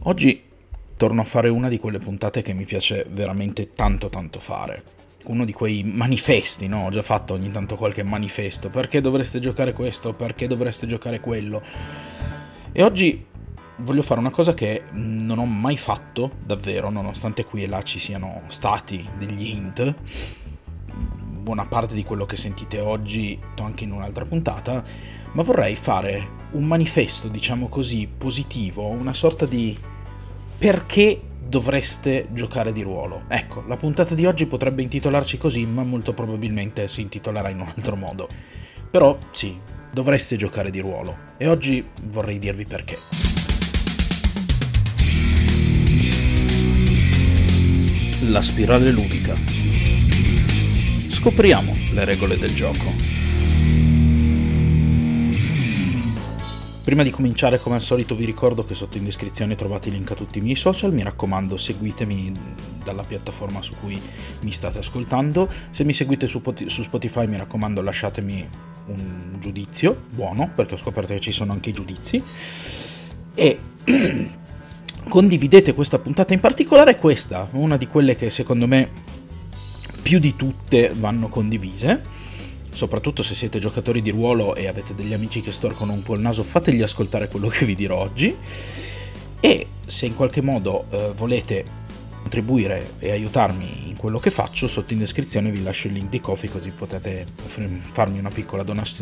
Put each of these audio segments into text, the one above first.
Oggi torno a fare una di quelle puntate che mi piace veramente tanto fare. Uno di quei manifesti, no? Ho già fatto ogni tanto qualche manifesto. Perché dovreste giocare questo? Perché dovreste giocare quello? E oggi voglio fare una cosa che non ho mai fatto, davvero, nonostante qui e là ci siano stati degli hint. Buona parte di quello che sentite oggi anche in un'altra puntata, ma vorrei fare un manifesto, diciamo così, positivo, una sorta di perché dovreste giocare di ruolo. Ecco, la puntata di oggi potrebbe intitolarci così, ma molto probabilmente si intitolerà in un altro modo. Però sì, dovreste giocare di ruolo, e oggi vorrei dirvi perché. La spirale ludica. Scopriamo le regole del gioco. Prima di cominciare, come al solito, vi ricordo che sotto in descrizione trovate i link a tutti i miei social. Mi raccomando, seguitemi dalla piattaforma su cui mi state ascoltando. Se mi seguite su Spotify, mi raccomando, lasciatemi un giudizio buono, perché ho scoperto che ci sono anche i giudizi. E condividete questa puntata, in particolare questa, una di quelle che secondo me più di tutte vanno condivise. Soprattutto se siete giocatori di ruolo e avete degli amici che storcono un po' il naso, fategli ascoltare quello che vi dirò oggi. E se in qualche modo volete contribuire e aiutarmi in quello che faccio, sotto in descrizione vi lascio il link di Ko-fi, così potete farmi una piccola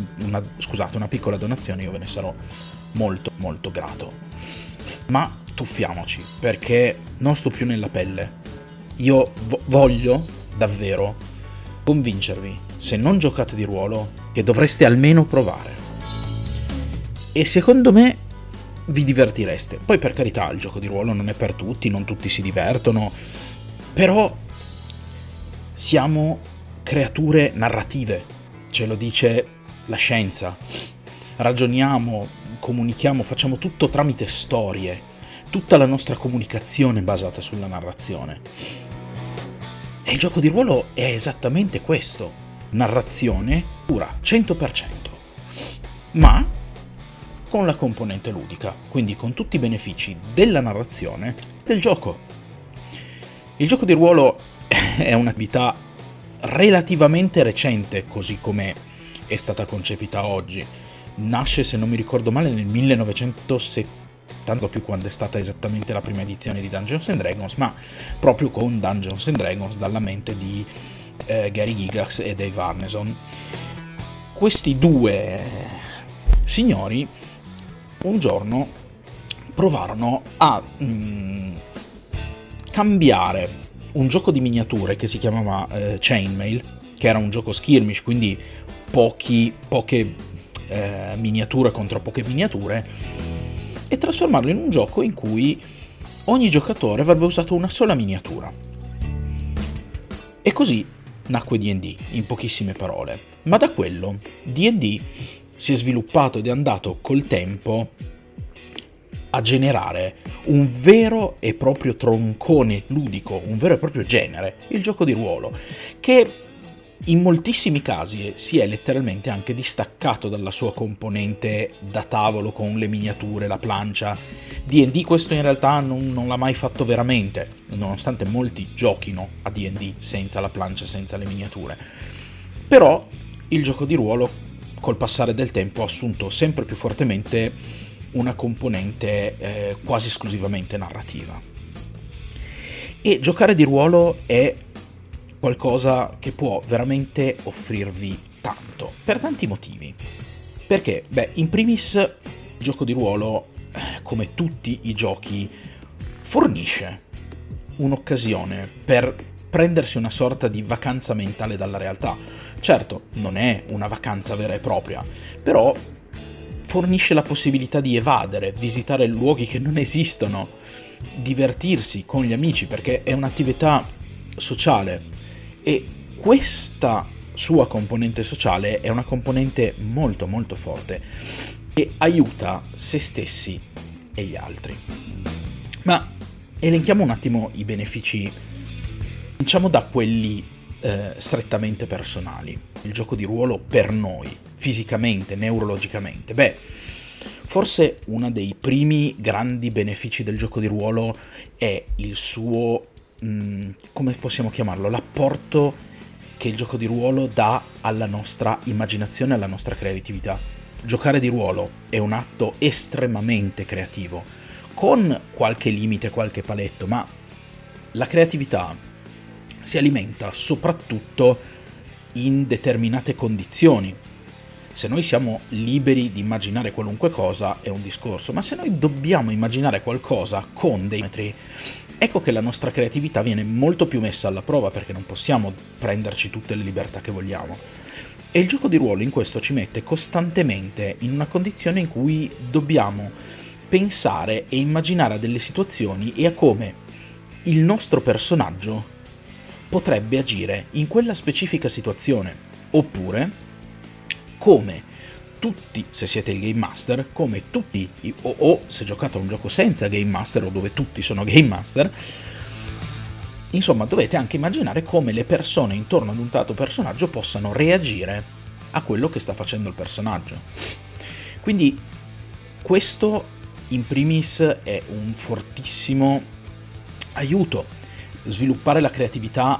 donazione. Io ve ne sarò molto grato. Ma tuffiamoci, perché non sto più nella pelle. Io voglio davvero convincervi, se non giocate di ruolo, che dovreste almeno provare. E secondo me vi divertireste. Poi, per carità, il gioco di ruolo non è per tutti, non tutti si divertono, però siamo creature narrative, ce lo dice la scienza. Ragioniamo, comunichiamo, facciamo tutto tramite storie. Tutta la nostra comunicazione è basata sulla narrazione. E il gioco di ruolo è esattamente questo. Narrazione pura, 100%. Ma con la componente ludica, quindi con tutti i benefici della narrazione del gioco. Il gioco di ruolo è un'attività relativamente recente, così come è stata concepita oggi. Nasce, se non mi ricordo male, nel 1970, tanto più quando è stata esattamente la prima edizione di Dungeons & Dragons, ma proprio con Dungeons & Dragons dalla mente di Gary Gygax e Dave Arneson. Questi due signori un giorno provarono a cambiare un gioco di miniature che si chiamava Chainmail, che era un gioco skirmish, quindi poche miniature contro poche miniature, e trasformarlo in un gioco in cui ogni giocatore avrebbe usato una sola miniatura. E così nacque D&D, in pochissime parole. Ma da quello D&D si è sviluppato ed è andato col tempo a generare un vero e proprio troncone ludico, un vero e proprio genere, il gioco di ruolo, che in moltissimi casi si è letteralmente anche distaccato dalla sua componente da tavolo con le miniature, la plancia. D&D questo in realtà non l'ha mai fatto veramente, nonostante molti giochino a D&D senza la plancia, senza le miniature. Però il gioco di ruolo col passare del tempo ha assunto sempre più fortemente una componente quasi esclusivamente narrativa. E giocare di ruolo è qualcosa che può veramente offrirvi tanto, per tanti motivi. Perché, in primis, il gioco di ruolo, come tutti i giochi, fornisce un'occasione per prendersi una sorta di vacanza mentale dalla realtà. Certo, non è una vacanza vera e propria, però fornisce la possibilità di evadere, visitare luoghi che non esistono, divertirsi con gli amici, perché è un'attività sociale. E questa sua componente sociale è una componente molto forte e aiuta se stessi e gli altri. Ma elenchiamo un attimo i benefici, diciamo da quelli strettamente personali. Il gioco di ruolo per noi, fisicamente, neurologicamente. Forse uno dei primi grandi benefici del gioco di ruolo è il suo, come possiamo chiamarlo, l'apporto che il gioco di ruolo dà alla nostra immaginazione e alla nostra creatività. Giocare di ruolo è un atto estremamente creativo, con qualche limite, qualche paletto, ma la creatività si alimenta soprattutto in determinate condizioni. Se noi siamo liberi di immaginare qualunque cosa è un discorso, ma se noi dobbiamo immaginare qualcosa con dei metri, ecco che la nostra creatività viene molto più messa alla prova, perché non possiamo prenderci tutte le libertà che vogliamo. E il gioco di ruolo in questo ci mette costantemente in una condizione in cui dobbiamo pensare e immaginare a delle situazioni e a come il nostro personaggio potrebbe agire in quella specifica situazione, oppure come tutti, se siete il Game Master, come tutti, o se giocate a un gioco senza Game Master o dove tutti sono Game Master, insomma dovete anche immaginare come le persone intorno ad un dato personaggio possano reagire a quello che sta facendo il personaggio. Quindi questo in primis è un fortissimo aiuto. Sviluppare la creatività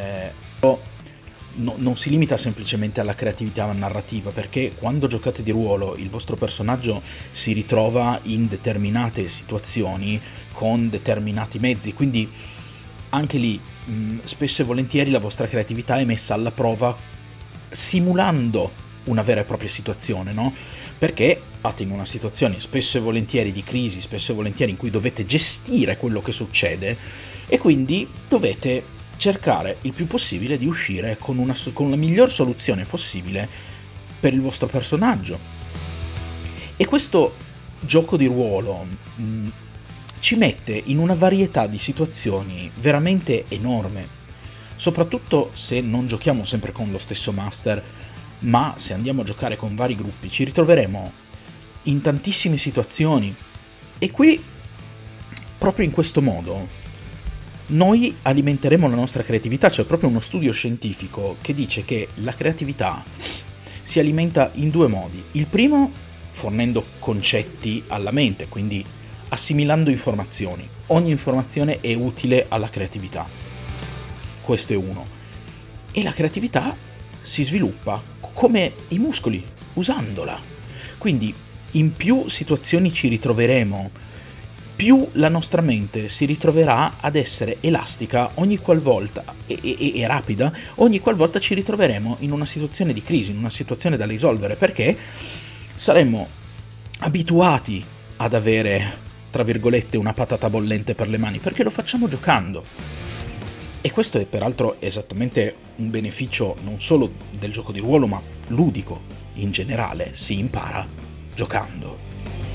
non si limita semplicemente alla creatività narrativa, perché quando giocate di ruolo il vostro personaggio si ritrova in determinate situazioni con determinati mezzi, quindi anche lì spesso e volentieri la vostra creatività è messa alla prova simulando una vera e propria situazione, no? Perché fate in una situazione spesso e volentieri di crisi, spesso e volentieri in cui dovete gestire quello che succede e quindi dovete cercare il più possibile di uscire con la miglior soluzione possibile per il vostro personaggio. E questo gioco di ruolo ci mette in una varietà di situazioni veramente enorme, soprattutto se non giochiamo sempre con lo stesso master, ma se andiamo a giocare con vari gruppi ci ritroveremo in tantissime situazioni. E qui, proprio in questo modo, noi alimenteremo la nostra creatività. C'è proprio uno studio scientifico che dice che la creatività si alimenta in due modi. Il primo, fornendo concetti alla mente, quindi assimilando informazioni. Ogni informazione è utile alla creatività. Questo è uno. E la creatività si sviluppa come i muscoli, usandola. Quindi in più situazioni ci ritroveremo, più la nostra mente si ritroverà ad essere elastica ogni qualvolta e rapida ogni qualvolta ci ritroveremo in una situazione di crisi, in una situazione da risolvere, perché saremmo abituati ad avere, tra virgolette, una patata bollente per le mani, perché lo facciamo giocando. E questo è peraltro esattamente un beneficio non solo del gioco di ruolo, ma ludico in generale. Si impara giocando.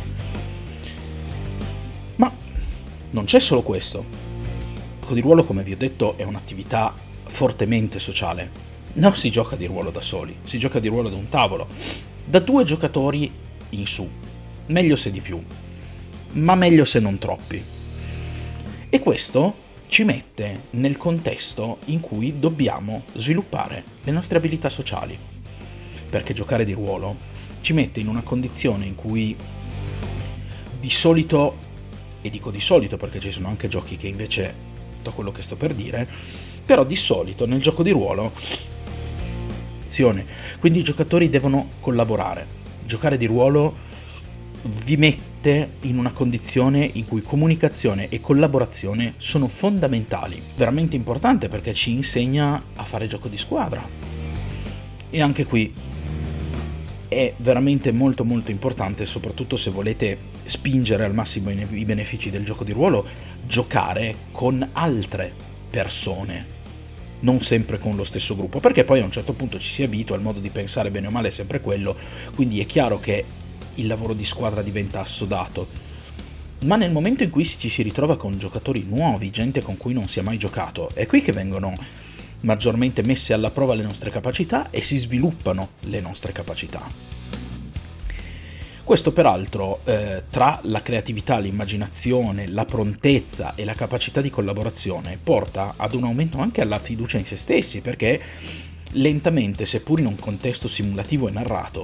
Ma non c'è solo questo. Il gioco di ruolo, come vi ho detto, è un'attività fortemente sociale. Non si gioca di ruolo da soli, si gioca di ruolo ad un tavolo, da 2 giocatori in su, meglio se di più, ma meglio se non troppi. E questo ci mette nel contesto in cui dobbiamo sviluppare le nostre abilità sociali, perché giocare di ruolo ci mette in una condizione in cui di solito, e dico di solito perché ci sono anche giochi che invece da quello che sto per dire, però di solito nel gioco di ruolo quindi i giocatori devono collaborare. Giocare di ruolo vi mette in una condizione in cui comunicazione e collaborazione sono fondamentali, veramente importante, perché ci insegna a fare gioco di squadra. E anche qui è veramente molto molto importante, soprattutto se volete spingere al massimo i benefici del gioco di ruolo, giocare con altre persone, non sempre con lo stesso gruppo, perché poi a un certo punto ci si abitua, il modo di pensare bene o male è sempre quello, quindi è chiaro che il lavoro di squadra diventa assodato. Ma nel momento in cui ci si ritrova con giocatori nuovi, gente con cui non si è mai giocato, è qui che vengono maggiormente messe alla prova le nostre capacità e si sviluppano le nostre capacità. Questo peraltro tra la creatività, l'immaginazione, la prontezza e la capacità di collaborazione porta ad un aumento anche alla fiducia in se stessi, perché lentamente, seppur in un contesto simulativo e narrato,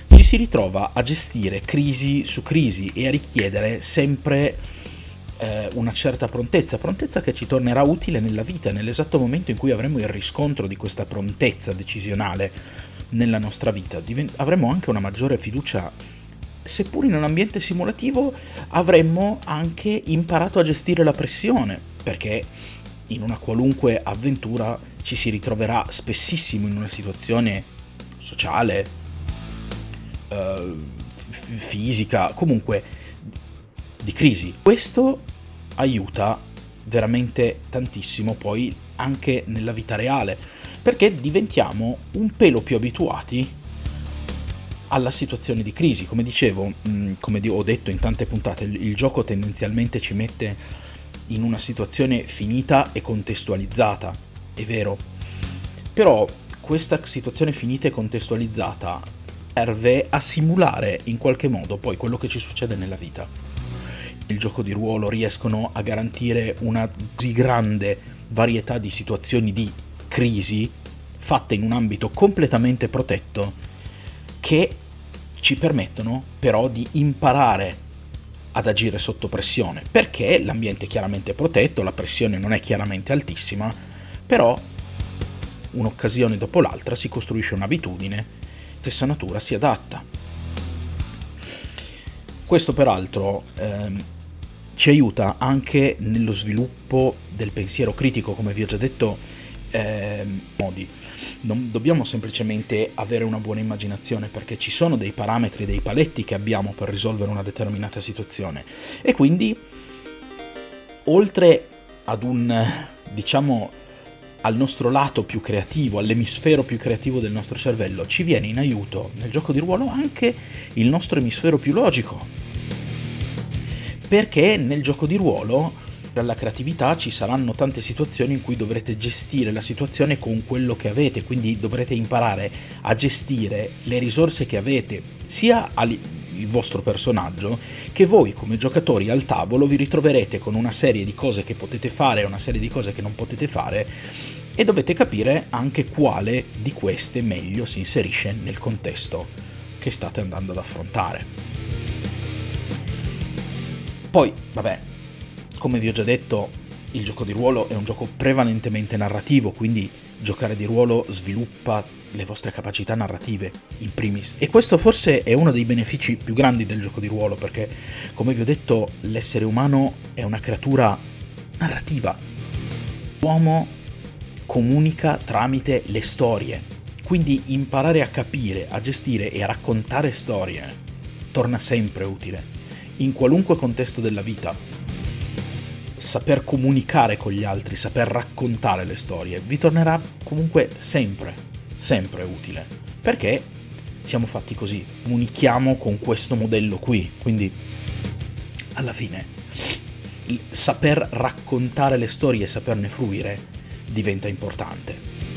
ci si ritrova a gestire crisi su crisi e a richiedere sempre una certa prontezza che ci tornerà utile nella vita, nell'esatto momento in cui avremo il riscontro di questa prontezza decisionale nella nostra vita. Avremo anche una maggiore fiducia, seppur in un ambiente simulativo avremmo anche imparato a gestire la pressione, perché in una qualunque avventura ci si ritroverà spessissimo in una situazione sociale, fisica, comunque di crisi. Questo aiuta veramente tantissimo poi anche nella vita reale, perché diventiamo un pelo più abituati alla situazione di crisi. Come dicevo, come ho detto in tante puntate, il gioco tendenzialmente ci mette in una situazione finita e contestualizzata, è vero, però questa situazione finita e contestualizzata serve a simulare in qualche modo poi quello che ci succede nella vita. Il gioco di ruolo riescono a garantire una così grande varietà di situazioni di crisi fatte in un ambito completamente protetto, che ci permettono però di imparare ad agire sotto pressione, perché l'ambiente è chiaramente protetto, la pressione non è chiaramente altissima, però un'occasione dopo l'altra si costruisce un'abitudine, stessa natura si adatta. Questo peraltro ci aiuta anche nello sviluppo del pensiero critico, come vi ho già detto, modi. Non dobbiamo semplicemente avere una buona immaginazione, perché ci sono dei parametri, dei paletti che abbiamo per risolvere una determinata situazione, e quindi oltre ad al nostro lato più creativo, all'emisfero più creativo del nostro cervello, ci viene in aiuto nel gioco di ruolo anche il nostro emisfero più logico, perché nel gioco di ruolo dalla creatività ci saranno tante situazioni in cui dovrete gestire la situazione con quello che avete, quindi dovrete imparare a gestire le risorse che avete, sia il vostro personaggio che voi come giocatori al tavolo vi ritroverete con una serie di cose che potete fare e una serie di cose che non potete fare, e dovete capire anche quale di queste meglio si inserisce nel contesto che state andando ad affrontare. Poi, vabbè, come vi ho già detto, il gioco di ruolo è un gioco prevalentemente narrativo, quindi giocare di ruolo sviluppa le vostre capacità narrative in primis, e questo forse è uno dei benefici più grandi del gioco di ruolo, perché come vi ho detto l'essere umano è una creatura narrativa. L'uomo comunica tramite le storie, quindi imparare a capire, a gestire e a raccontare storie torna sempre utile in qualunque contesto della vita. Saper comunicare con gli altri, saper raccontare le storie vi tornerà comunque sempre utile, perché siamo fatti così, comunichiamo con questo modello qui, quindi alla fine saper raccontare le storie e saperne fruire diventa importante.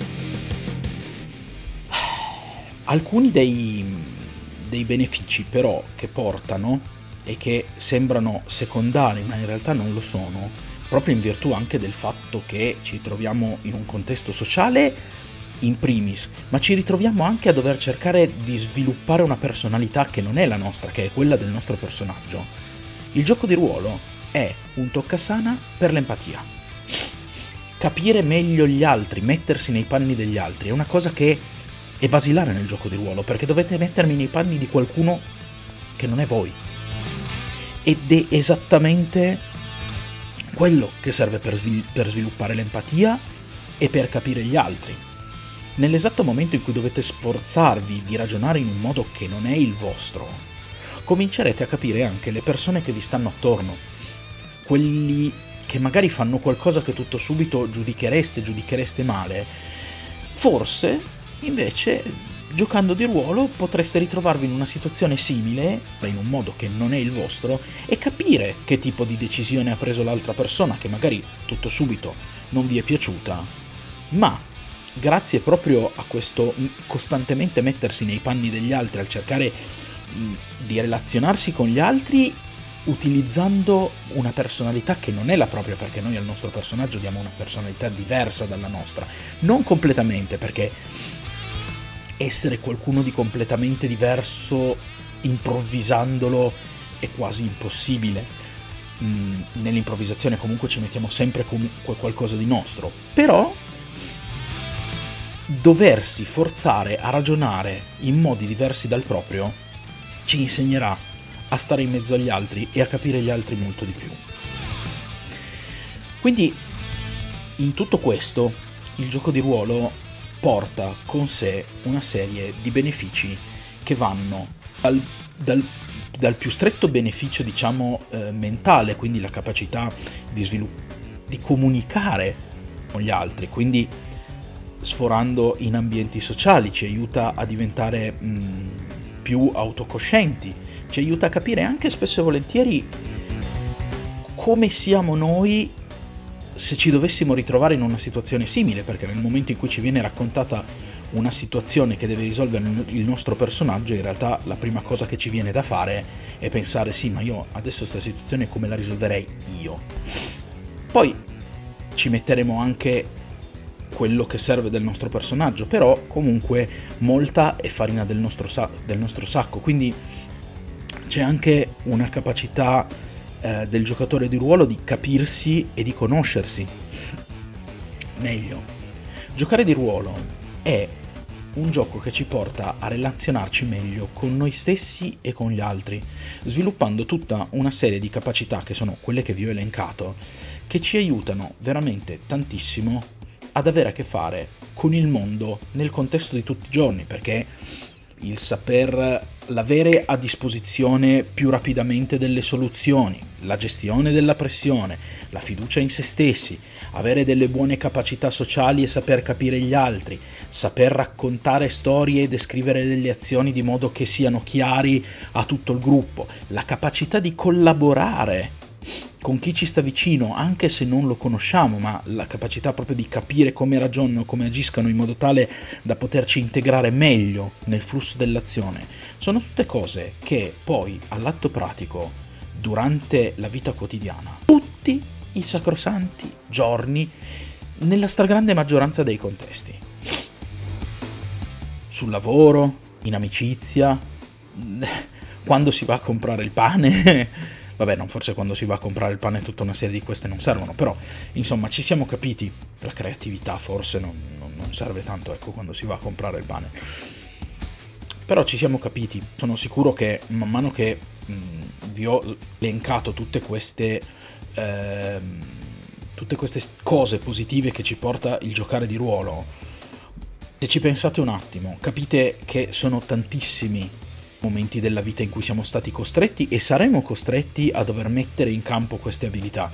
Alcuni dei benefici però che portano e che sembrano secondari, ma in realtà non lo sono, proprio in virtù anche del fatto che ci troviamo in un contesto sociale in primis, ma ci ritroviamo anche a dover cercare di sviluppare una personalità che non è la nostra, che è quella del nostro personaggio. Il gioco di ruolo è un toccasana per l'empatia. Capire meglio gli altri, mettersi nei panni degli altri, è una cosa che è basilare nel gioco di ruolo, perché dovete mettermi nei panni di qualcuno che non è voi. Ed è esattamente quello che serve per sviluppare l'empatia e per capire gli altri. Nell'esatto momento in cui dovete sforzarvi di ragionare in un modo che non è il vostro, comincerete a capire anche le persone che vi stanno attorno, quelli che magari fanno qualcosa che tutto subito giudichereste male. Forse, invece, giocando di ruolo potreste ritrovarvi in una situazione simile, in un modo che non è il vostro, e capire che tipo di decisione ha preso l'altra persona, che magari tutto subito non vi è piaciuta, ma grazie proprio a questo costantemente mettersi nei panni degli altri, al cercare di relazionarsi con gli altri utilizzando una personalità che non è la propria, perché noi al nostro personaggio diamo una personalità diversa dalla nostra, non completamente, perché essere qualcuno di completamente diverso improvvisandolo è quasi impossibile. Nell'improvvisazione comunque ci mettiamo sempre comunque qualcosa di nostro, però doversi forzare a ragionare in modi diversi dal proprio ci insegnerà a stare in mezzo agli altri e a capire gli altri molto di più. Quindi in tutto questo il gioco di ruolo porta con sé una serie di benefici che vanno dal più stretto beneficio, diciamo, mentale, quindi la capacità di comunicare con gli altri, quindi sforando in ambienti sociali ci aiuta a diventare più autocoscienti, ci aiuta a capire anche spesso e volentieri come siamo noi se ci dovessimo ritrovare in una situazione simile, perché nel momento in cui ci viene raccontata una situazione che deve risolvere il nostro personaggio, in realtà la prima cosa che ci viene da fare è pensare: sì, ma io adesso questa situazione come la risolverei io? Poi ci metteremo anche quello che serve del nostro personaggio, però comunque molta è farina del nostro sacco, quindi c'è anche una capacità del giocatore di ruolo di capirsi e di conoscersi meglio. Giocare di ruolo è un gioco che ci porta a relazionarci meglio con noi stessi e con gli altri, sviluppando tutta una serie di capacità che sono quelle che vi ho elencato, che ci aiutano veramente tantissimo ad avere a che fare con il mondo nel contesto di tutti i giorni, perché l'avere a disposizione più rapidamente delle soluzioni, la gestione della pressione, la fiducia in se stessi, avere delle buone capacità sociali e saper capire gli altri, saper raccontare storie e descrivere delle azioni di modo che siano chiari a tutto il gruppo, la capacità di collaborare con chi ci sta vicino, anche se non lo conosciamo, ma la capacità proprio di capire come ragionano, come agiscono, in modo tale da poterci integrare meglio nel flusso dell'azione, sono tutte cose che poi all'atto pratico, durante la vita quotidiana, tutti i sacrosanti giorni, nella stragrande maggioranza dei contesti, sul lavoro, in amicizia, quando si va a comprare il pane. Vabbè, non, forse quando si va a comprare il pane tutta una serie di queste non servono, però insomma ci siamo capiti, la creatività forse non serve tanto, ecco, quando si va a comprare il pane. Però ci siamo capiti, sono sicuro che man mano che vi ho elencato tutte queste cose positive che ci porta il giocare di ruolo, se ci pensate un attimo, capite che sono tantissimi momenti della vita in cui siamo stati costretti e saremo costretti a dover mettere in campo queste abilità,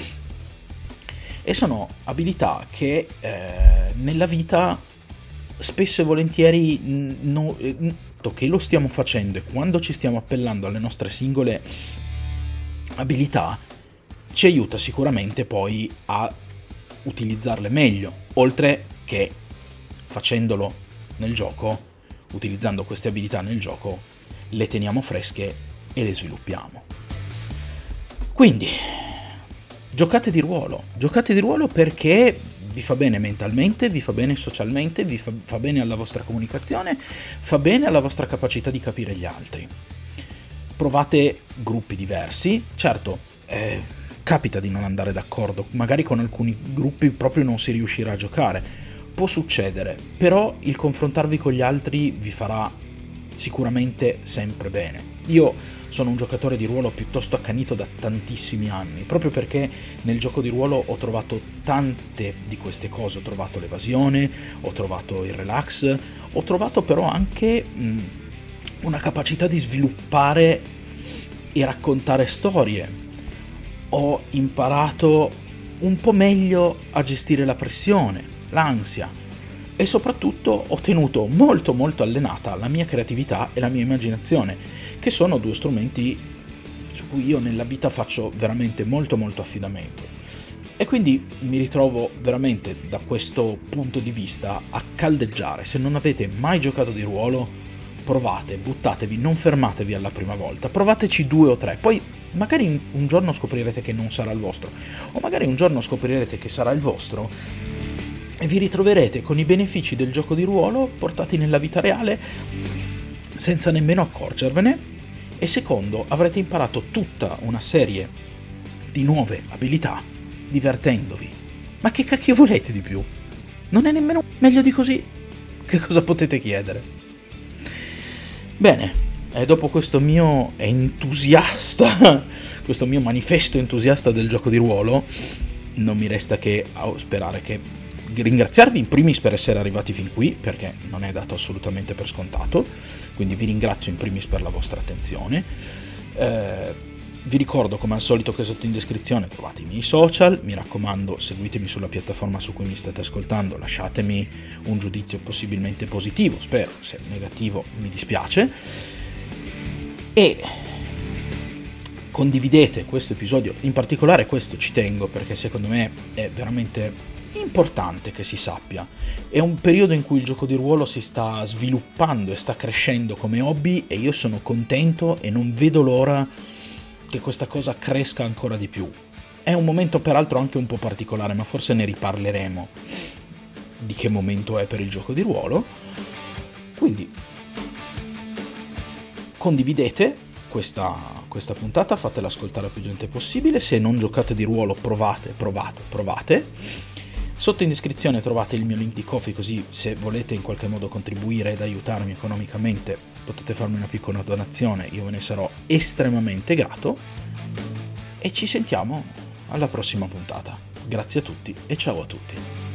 e sono abilità che nella vita spesso e volentieri che lo stiamo facendo, e quando ci stiamo appellando alle nostre singole abilità ci aiuta sicuramente poi a utilizzarle meglio, oltre che facendolo nel gioco, utilizzando queste abilità nel gioco, le teniamo fresche e le sviluppiamo. Quindi giocate di ruolo perché vi fa bene mentalmente, vi fa bene socialmente, vi fa bene alla vostra comunicazione, fa bene alla vostra capacità di capire gli altri. Provate gruppi diversi, certo, capita di non andare d'accordo, magari con alcuni gruppi proprio non si riuscirà a giocare, può succedere, però il confrontarvi con gli altri vi farà sicuramente sempre bene. Io sono un giocatore di ruolo piuttosto accanito da tantissimi anni, proprio perché nel gioco di ruolo ho trovato tante di queste cose, ho trovato l'evasione, ho trovato il relax, ho trovato però anche una capacità di sviluppare e raccontare storie, ho imparato un po' meglio a gestire la pressione, l'ansia, e soprattutto ho tenuto molto molto allenata la mia creatività e la mia immaginazione, che sono due strumenti su cui io nella vita faccio veramente molto molto affidamento. E quindi mi ritrovo veramente da questo punto di vista a caldeggiare. Se non avete mai giocato di ruolo, provate, buttatevi, non fermatevi alla prima volta, provateci 2 o 3, poi magari un giorno scoprirete che non sarà il vostro, o magari un giorno scoprirete che sarà il vostro, e vi ritroverete con i benefici del gioco di ruolo portati nella vita reale senza nemmeno accorgervene, e secondo, avrete imparato tutta una serie di nuove abilità divertendovi. Ma che cacchio volete di più? Non è nemmeno meglio di così? Che cosa potete chiedere? Bene, e dopo questo mio entusiasta, questo mio manifesto entusiasta del gioco di ruolo, non mi resta che sperare che ringraziarvi in primis per essere arrivati fin qui, perché non è dato assolutamente per scontato, quindi vi ringrazio in primis per la vostra attenzione. Vi ricordo come al solito che sotto in descrizione trovate i miei social, mi raccomando seguitemi sulla piattaforma su cui mi state ascoltando, lasciatemi un giudizio possibilmente positivo, spero, se negativo mi dispiace, e condividete questo episodio, in particolare questo ci tengo perché secondo me è veramente importante che si sappia. È un periodo in cui il gioco di ruolo si sta sviluppando e sta crescendo come hobby, e io sono contento e non vedo l'ora che questa cosa cresca ancora di più. È un momento peraltro anche un po' particolare, ma forse ne riparleremo di che momento è per il gioco di ruolo. Quindi condividete questa puntata, fatela ascoltare a più gente possibile. Se non giocate di ruolo, provate. Sotto in descrizione trovate il mio link di Ko-fi, così se volete in qualche modo contribuire ed aiutarmi economicamente potete farmi una piccola donazione, io ve ne sarò estremamente grato. E ci sentiamo alla prossima puntata. Grazie a tutti e ciao a tutti.